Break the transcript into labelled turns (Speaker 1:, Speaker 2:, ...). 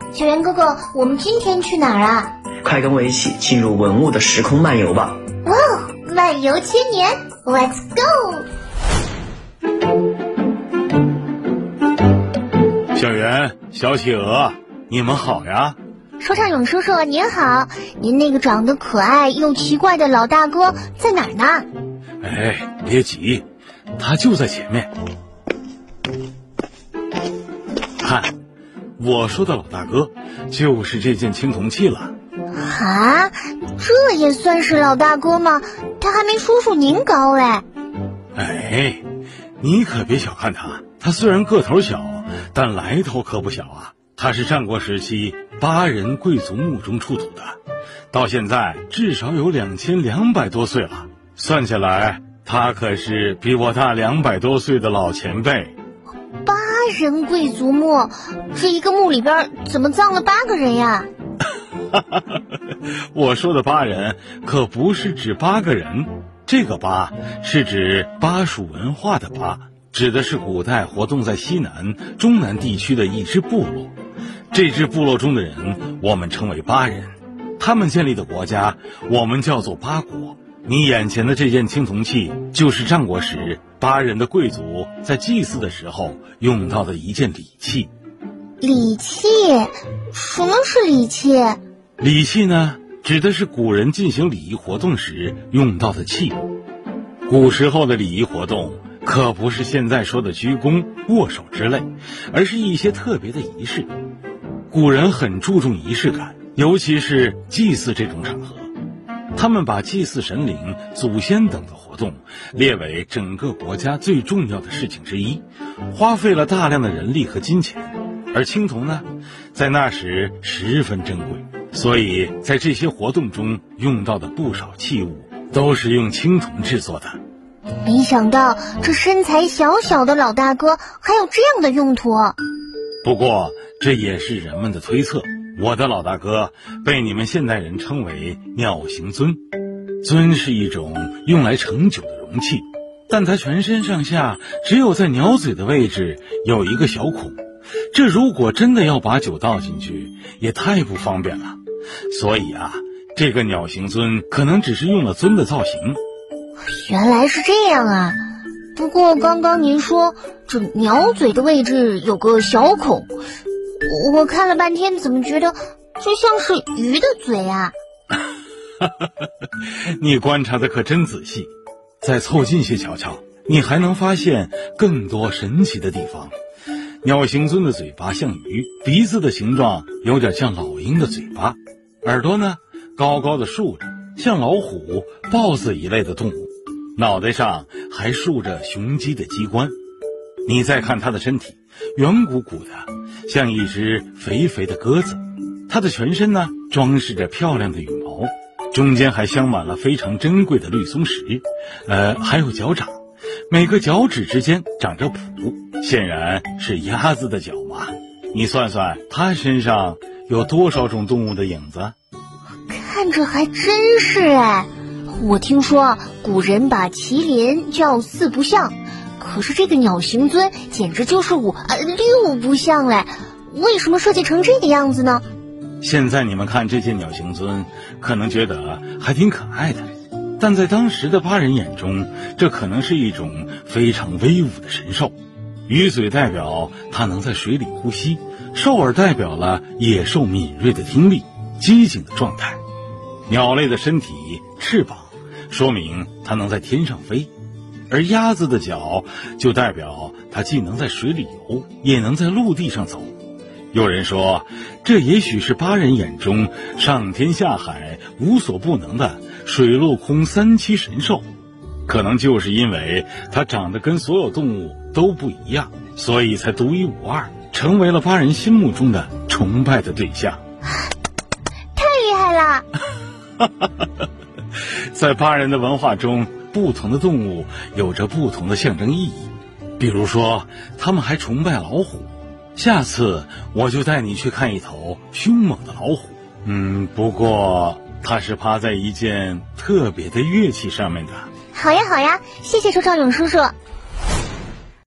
Speaker 1: 小圆哥哥，我们今天去哪儿啊？
Speaker 2: 快跟我一起进入文物的时空漫游吧！
Speaker 1: 哇，漫游千年 ，Let's go！
Speaker 3: 小圆、小企鹅，你们好呀！
Speaker 1: 说唱勇叔叔您好，您那个长得可爱又奇怪的老大哥在哪儿呢？
Speaker 3: 哎，别急，他就在前面。看，我说的老大哥就是这件青铜器了。
Speaker 1: 啊，这也算是老大哥吗？他还没叔叔您高哎。
Speaker 3: 哎，你可别小看他，他虽然个头小，但来头可不小啊。他是战国时期巴人贵族墓中出土的，到现在至少有2200多岁了。算起来，他可是比我大200多岁的老前辈。
Speaker 1: 巴人贵族墓，这一个墓里边怎么葬了8个人呀？
Speaker 3: 我说的巴人可不是指8个人，这个巴是指巴蜀文化的巴，指的是古代活动在西南、中南地区的一支部落。这支部落中的人我们称为巴人，他们建立的国家我们叫做巴国。你眼前的这件青铜器就是战国时巴人的贵族在祭祀的时候用到的一件礼器。
Speaker 1: 礼器？什么是礼器？
Speaker 3: 礼器呢，指的是古人进行礼仪活动时用到的器物。古时候的礼仪活动可不是现在说的鞠躬、握手之类，而是一些特别的仪式。古人很注重仪式感，尤其是祭祀这种场合，他们把祭祀神灵、祖先等的活动列为整个国家最重要的事情之一，花费了大量的人力和金钱。而青铜呢，在那时十分珍贵，所以在这些活动中用到的不少器物都是用青铜制作的。
Speaker 1: 没想到这身材小小的老大哥还有这样的用途。
Speaker 3: 不过这也是人们的推测，我的老大哥被你们现代人称为鸟形尊。尊是一种用来盛酒的容器，但它全身上下只有在鸟嘴的位置有一个小孔，这如果真的要把酒倒进去也太不方便了。所以啊，这个鸟形尊可能只是用了尊的造型。
Speaker 1: 原来是这样啊！不过刚刚您说这鸟嘴的位置有个小孔，我看了半天怎么觉得就像是鱼的嘴啊？
Speaker 3: 你观察的可真仔细，再凑近些瞧瞧，你还能发现更多神奇的地方。鸟形尊的嘴巴像鱼，鼻子的形状有点像老鹰的嘴巴，耳朵呢高高的竖着，像老虎、豹子一类的动物，脑袋上还竖着雄鸡的鸡冠。你再看它的身体，圆鼓鼓的，像一只肥肥的鸽子。它的全身呢装饰着漂亮的羽毛，中间还镶满了非常珍贵的绿松石，还有脚掌，每个脚趾之间长着蹼，显然是鸭子的脚嘛。你算算它身上有多少种动物的影子？
Speaker 1: 看着还真是哎。我听说古人把麒麟叫4不像，可是这个鸟形尊简直就是6不像嘞。为什么设计成这个样子呢？
Speaker 3: 现在你们看这件鸟形尊，可能觉得还挺可爱的，但在当时的巴人眼中，这可能是一种非常威武的神兽。鱼嘴代表它能在水里呼吸，兽耳代表了野兽敏锐的听力、机警的状态。鸟类的身体、翅膀说明它能在天上飞，而鸭子的脚就代表它既能在水里游，也能在陆地上走。有人说，这也许是巴人眼中上天下海无所不能的水陆空3栖神兽，可能就是因为它长得跟所有动物都不一样，所以才独一无二，成为了巴人心目中的崇拜的对象。
Speaker 1: 太厉害了！
Speaker 3: 在巴人的文化中，不同的动物有着不同的象征意义，比如说他们还崇拜老虎。下次我就带你去看一头凶猛的老虎。不过它是趴在一件特别的乐器上面的。
Speaker 1: 好呀好呀，谢谢说唱勇叔叔。